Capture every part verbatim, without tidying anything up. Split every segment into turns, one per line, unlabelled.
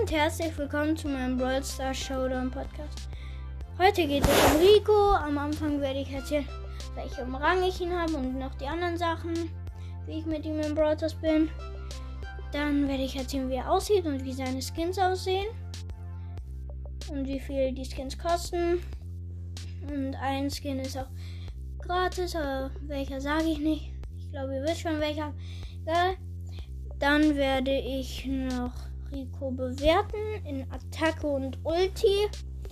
und herzlich willkommen zu meinem Brawl Stars Showdown Podcast. Heute geht es um Rico. Am Anfang werde ich erzählen, welchem Rang ich ihn habe und noch die anderen Sachen, wie ich mit ihm im Brawl Stars bin. Dann werde ich erzählen, wie er aussieht und wie seine Skins aussehen und wie viel die Skins kosten. Und ein Skin ist auch gratis, aber welcher sage ich nicht. Ich glaube, ihr wisst schon welcher. Egal. Dann werde ich noch Rico bewerten in Attacke und Ulti.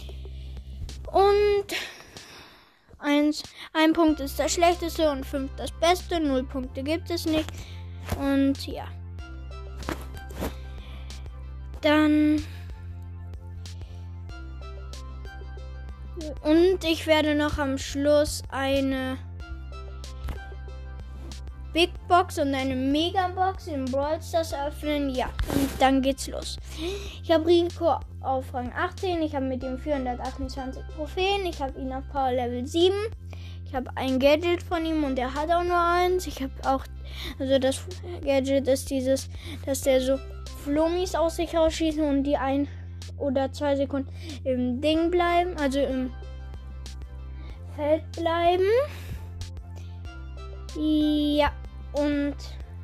Und eins, ein Punkt ist das Schlechteste und fünf das Beste. Null Punkte gibt es nicht. Und ja. Dann. Und ich werde noch am Schluss eine Big Box und eine Mega Box in Brawl Stars öffnen. Ja, und dann geht's los. Ich habe Rico auf Rang achtzehn. Ich habe mit ihm vierhundertachtundzwanzig Trophäen. Ich habe ihn auf Power Level sieben. Ich habe ein Gadget von ihm und er hat auch nur eins. Ich habe auch, also das Gadget ist dieses, dass der so Flummis aus sich rausschießen und die ein oder zwei Sekunden im Ding bleiben, also im Feld bleiben. Ja. Und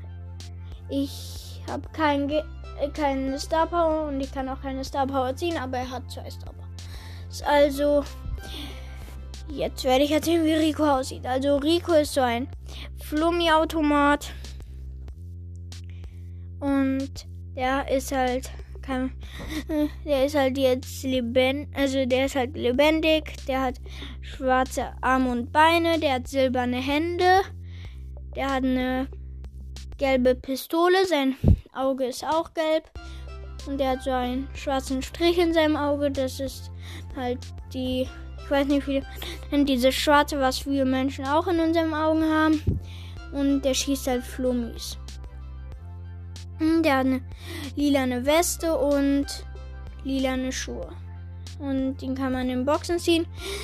ich habe kein Ge- keine Star Power und ich kann auch keine Star Power ziehen, aber er hat zwei Star Power. Also, jetzt werde ich erzählen, wie Rico aussieht. Also, Rico ist so ein Flummi-Automat. Und der ist halt kein, der ist halt jetzt lebendig, also der ist halt lebendig. Der hat schwarze Arme und Beine, der hat silberne Hände. Der hat eine gelbe Pistole, sein Auge ist auch gelb und der hat so einen schwarzen Strich in seinem Auge. Das ist halt die, ich weiß nicht wie, nennt diese schwarze, was viele Menschen auch in unseren Augen haben. Und der schießt halt Flummis. Der hat eine lilane Weste und lilane Schuhe. Und den kann man in Boxen ziehen.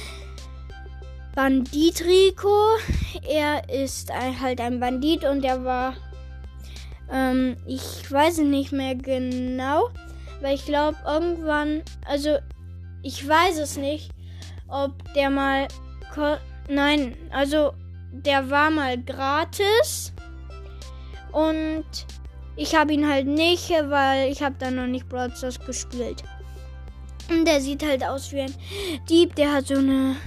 Bandit Rico. Er ist ein, halt ein Bandit und er war, ähm, ich weiß es nicht mehr genau, weil ich glaube irgendwann, also ich weiß es nicht, ob der mal, ko- nein, also der war mal gratis und ich habe ihn halt nicht, weil ich habe da noch nicht Brawl Stars gespielt. Und der sieht halt aus wie ein Dieb, der hat so eine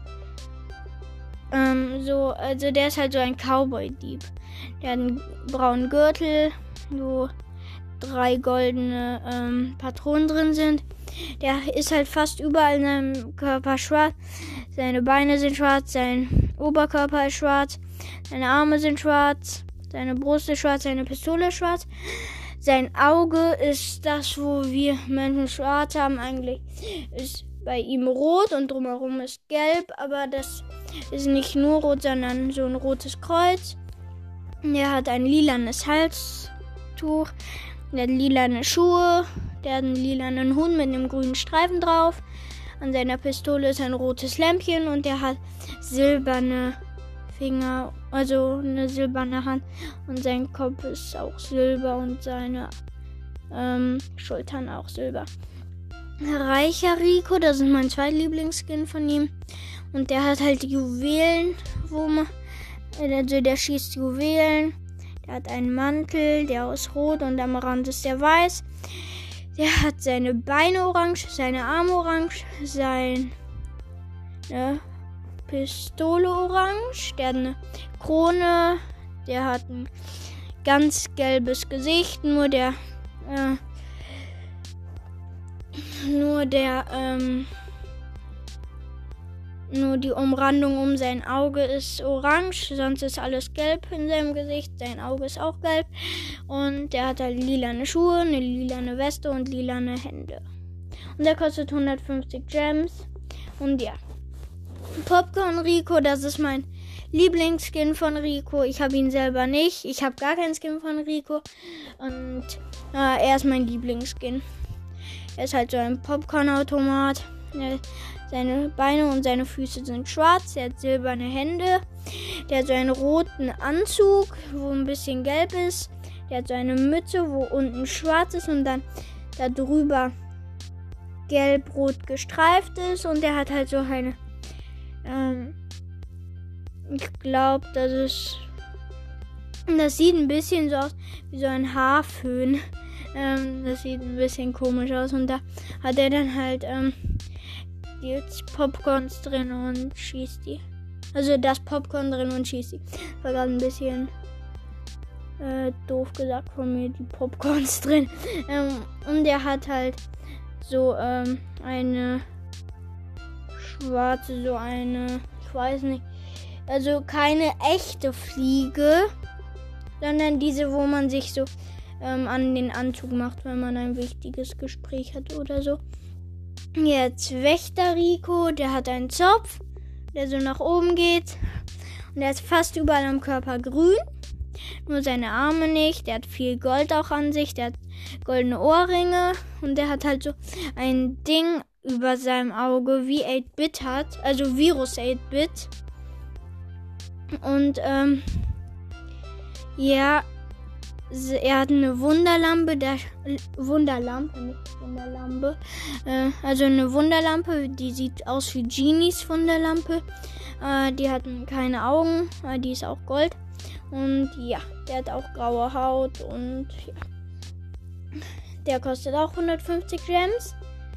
Ähm, so, also der ist halt so ein Cowboy-Dieb. Der hat einen braunen Gürtel, wo drei goldene ähm, Patronen drin sind. Der ist halt fast überall in seinem Körper schwarz. Seine Beine sind schwarz, sein Oberkörper ist schwarz, seine Arme sind schwarz, seine Brust ist schwarz, seine Pistole ist schwarz. Sein Auge ist das, wo wir Menschen schwarz haben, eigentlich ist bei ihm rot und drumherum ist gelb, aber das ist nicht nur rot, sondern so ein rotes Kreuz. Der hat ein lilanes Halstuch, der hat lilane Schuhe, der hat einen lilanen Hund mit einem grünen Streifen drauf. An seiner Pistole ist ein rotes Lämpchen und der hat silberne Finger, also eine silberne Hand und sein Kopf ist auch silber und seine ähm, Schultern auch silber. Reicher Rico, das ist mein zweitlieblingsskin von ihm. Und der hat halt Juwelen, wo man, also der schießt Juwelen. Der hat einen Mantel, der ist rot und am Rand ist der weiß. Der hat seine Beine orange, seine Arme orange, seine Pistole orange. Der hat eine Krone, der hat ein ganz gelbes Gesicht, nur der, äh, nur der, ähm, Nur die Umrandung um sein Auge ist orange, sonst ist alles gelb in seinem Gesicht. Sein Auge ist auch gelb. Und er hat halt lilane Schuhe, eine lilane Weste und lilane Hände. Und der kostet hundertfünfzig Gems. Und ja. Popcorn Rico, das ist mein Lieblingsskin von Rico. Ich habe ihn selber nicht. Ich habe gar keinen Skin von Rico. Und äh, er ist mein Lieblingsskin. Er ist halt so ein Popcorn-Automat. Seine Beine und seine Füße sind schwarz. Er hat silberne Hände. Der hat so einen roten Anzug, wo ein bisschen gelb ist. Der hat so eine Mütze, wo unten schwarz ist und dann da drüber gelb-rot gestreift ist und der hat halt so eine, ähm, ich glaube, das ist, das sieht ein bisschen so aus wie so ein Haarföhn. Ähm, das sieht ein bisschen komisch aus und da hat er dann halt ähm, die Popcorns drin und schießt die. Also das Popcorn drin und schießt die. War gerade ein bisschen äh, doof gesagt von mir, die Popcorns drin. Ähm, und der hat halt so ähm, eine schwarze, so eine, ich weiß nicht, also keine echte Fliege, sondern diese, wo man sich so ähm, an den Anzug macht, wenn man ein wichtiges Gespräch hat oder so. Jetzt Wächter Rico, der hat einen Zopf, der so nach oben geht und der ist fast überall am Körper grün, nur seine Arme nicht, der hat viel Gold auch an sich, der hat goldene Ohrringe und der hat halt so ein Ding über seinem Auge wie acht-Bit hat, also Virus acht-Bit. Und ähm, ja, er hat eine Wunderlampe, der Wunderlampe, nicht Wunderlampe, äh, also eine Wunderlampe, die sieht aus wie Genies Wunderlampe. Äh, die hat keine Augen, äh, die ist auch Gold. Und ja, der hat auch graue Haut und ja. Der kostet auch hundertfünfzig Gems.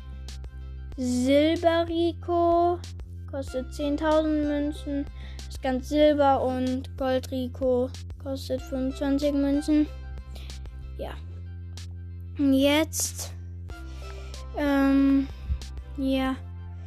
Silber Rico kostet zehntausend Münzen. Ist ganz silber und Gold Rico kostet fünfundzwanzig Münzen. Ja. Und jetzt. Ähm. Ja.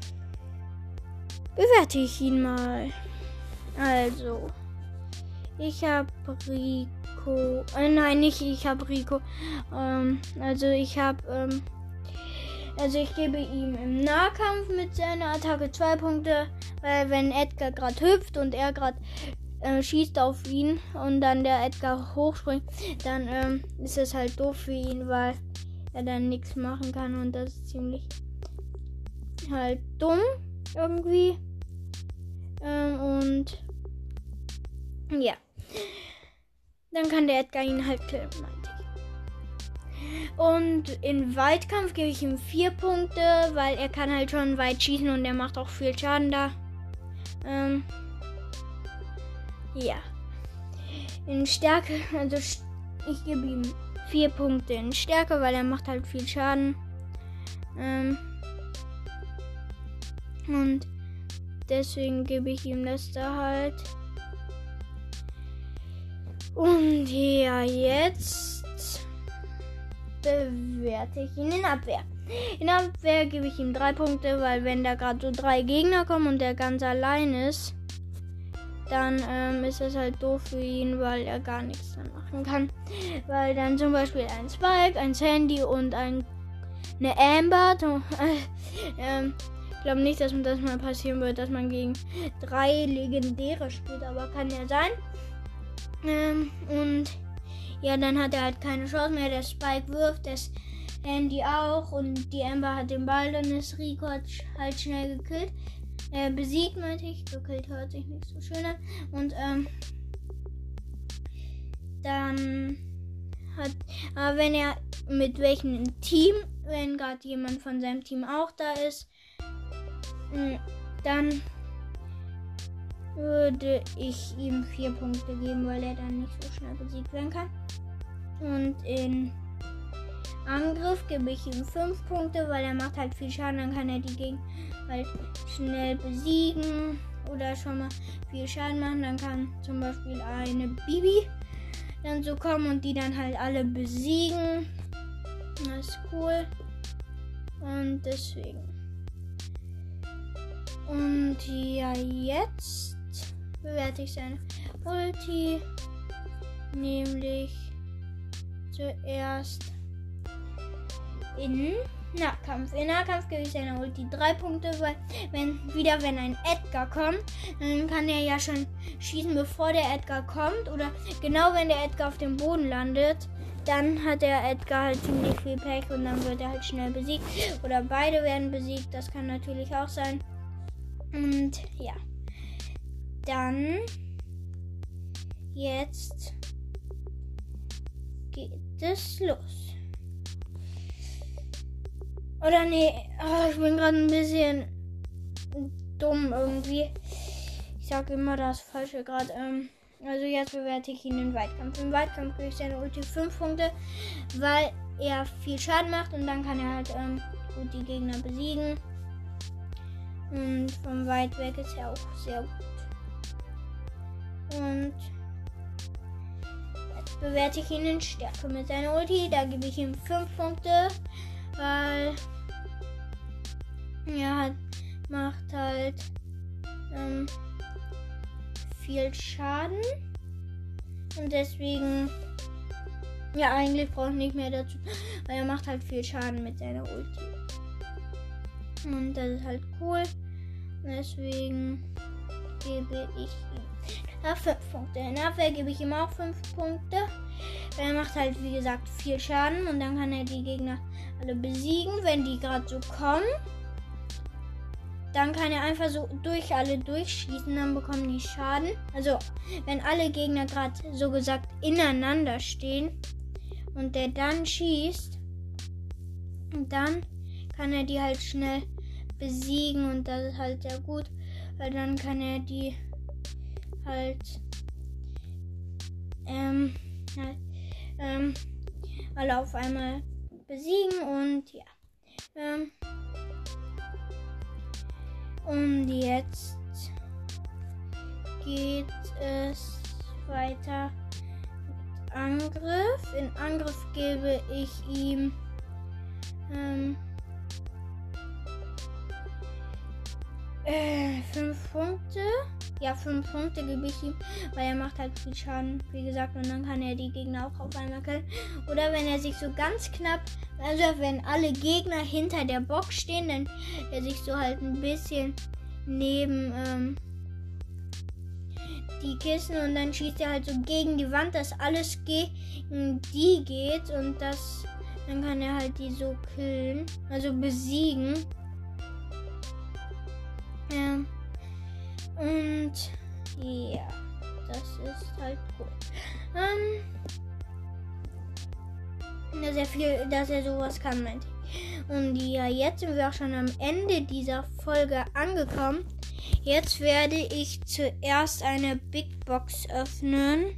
Bewerte ich ihn mal. Also. Ich habe Rico. Äh, nein, nicht ich habe Rico. Ähm, also ich habe. Ähm, also ich gebe ihm im Nahkampf mit seiner Attacke zwei Punkte. Weil wenn Edgar gerade hüpft und er gerade äh, schießt auf ihn und dann der Edgar hochspringt, dann ähm, ist es halt doof für ihn, weil er dann nichts machen kann und das ist ziemlich halt dumm irgendwie. Ähm, und ja. Dann kann der Edgar ihn halt killen, meinte ich. Und in Weitkampf gebe ich ihm vier Punkte, weil er kann halt schon weit schießen und er macht auch viel Schaden da. Ähm, ja. In Stärke, also ich gebe ihm vier Punkte in Stärke, weil er macht halt viel Schaden. Ähm, und deswegen gebe ich ihm das da halt. Und ja, jetzt bewerte ich ihn in Abwehr. In Abwehr gebe ich ihm drei Punkte, weil wenn da gerade so drei Gegner kommen und der ganz allein ist, dann ähm, ist es halt doof für ihn, weil er gar nichts dann machen kann. Weil dann zum Beispiel ein Spike, ein Sandy und ein, eine Amber. Äh, ähm, ich glaube nicht, dass das mal passieren wird, dass man gegen drei Legendäre spielt, aber kann ja sein. Ähm, und ja, dann hat er halt keine Chance mehr. Der Spike wirft, das Handy auch und die Amber hat den Ball, dann ist Rico halt schnell gekillt. Äh, besiegt, meinte ich. Gekillt hört sich nicht so schön an. Und ähm, dann hat, aber wenn er mit welchem Team, wenn gerade jemand von seinem Team auch da ist, mh, dann würde ich ihm vier Punkte geben, weil er dann nicht so schnell besiegt werden kann. Und in Angriff gebe ich ihm fünf Punkte, weil er macht halt viel Schaden, dann kann er die Gegner halt schnell besiegen oder schon mal viel Schaden machen. Dann kann zum Beispiel eine Bibi dann so kommen und die dann halt alle besiegen. Das ist cool. Und deswegen. Und ja, jetzt bewerte ich seine Ulti, nämlich zuerst in Nahkampf. In Nahkampf gebe ich seiner Ulti drei Punkte, weil wenn wieder wenn ein Edgar kommt, dann kann er ja schon schießen, bevor der Edgar kommt, oder genau wenn der Edgar auf dem Boden landet, dann hat der Edgar halt ziemlich viel Pech und dann wird er halt schnell besiegt, oder beide werden besiegt, das kann natürlich auch sein. Und ja, dann jetzt geht es los. Oder nee, oh, ich bin gerade ein bisschen dumm irgendwie. Ich sage immer das Falsche gerade. Ähm, also jetzt bewerte ich ihn im Weitkampf. Im Weitkampf kriege ich seine Ulti fünf Punkte, weil er viel Schaden macht und dann kann er halt ähm, gut die Gegner besiegen. Und von weit weg ist er auch sehr gut. Und jetzt bewerte ich ihn in Stärke mit seiner Ulti. Da gebe ich ihm fünf Punkte, weil er hat, macht halt ähm, viel Schaden. Und deswegen, ja, eigentlich brauche ich nicht mehr dazu, weil er macht halt viel Schaden mit seiner Ulti. Und das ist halt cool. Und deswegen gebe ich ihm fünf Punkte. In Abwehr gebe ich ihm auch fünf Punkte. Er macht halt, wie gesagt, viel Schaden. Und dann kann er die Gegner alle besiegen, wenn die gerade so kommen. Dann kann er einfach so durch alle durchschießen. Dann bekommen die Schaden. Also, wenn alle Gegner gerade so gesagt ineinander stehen und der dann schießt, dann kann er die halt schnell besiegen. Und das ist halt sehr gut, weil dann kann er die halt ähm, halt, ähm, alle auf einmal besiegen. Und ja, ähm, und jetzt geht es weiter mit Angriff. In Angriff gebe ich ihm ähm, äh, fünf Punkte. Ja, fünf Punkte gebe ich ihm, weil er macht halt viel Schaden, wie gesagt, und dann kann er die Gegner auch auf einmal killen. Oder wenn er sich so ganz knapp, also wenn alle Gegner hinter der Box stehen, dann er sich so halt ein bisschen neben ähm, die Kissen und dann schießt er halt so gegen die Wand, dass alles gegen die geht und das, dann kann er halt die so killen, also besiegen. Ja. Und ja, das ist halt cool. Ähm, dass er viel, dass er sowas kann, meinte ich. Und ja, jetzt sind wir auch schon am Ende dieser Folge angekommen. Jetzt werde ich zuerst eine Big Box öffnen.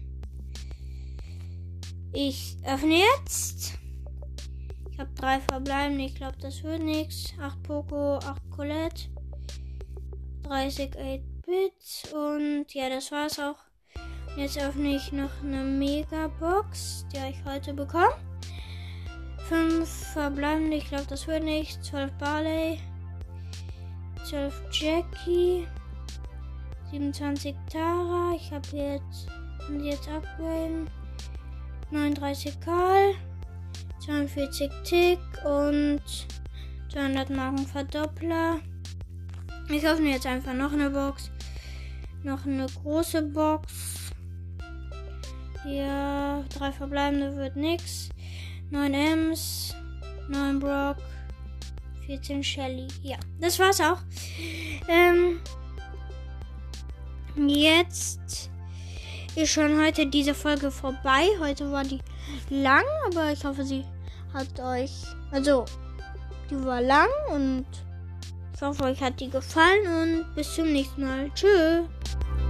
Ich öffne jetzt. Ich habe drei verbleibende. Ich glaube, das wird nichts. acht Poco, acht Colette, dreißig acht-Bit und ja, das war's auch. Jetzt öffne ich noch eine Mega-Box, die ich heute bekomme. fünf verbleibende, ich glaube, das wird nichts. zwölf Barley, zwölf Jackie, siebenundzwanzig Tara. Ich habe jetzt, kann sie jetzt upgraden. neununddreißig Karl, zweiundvierzig Tick und zweihundert Marken Verdoppler. Ich öffne jetzt einfach noch eine Box. Noch eine große Box. Ja, drei verbleibende wird nix. neun Ems, neun Brock, vierzehn Shelly. Ja, das war's auch. Ähm, jetzt ist schon heute diese Folge vorbei. Heute war die lang, aber ich hoffe, sie hat euch... Also, die war lang und... Ich hoffe, euch hat die gefallen und bis zum nächsten Mal. Tschüss.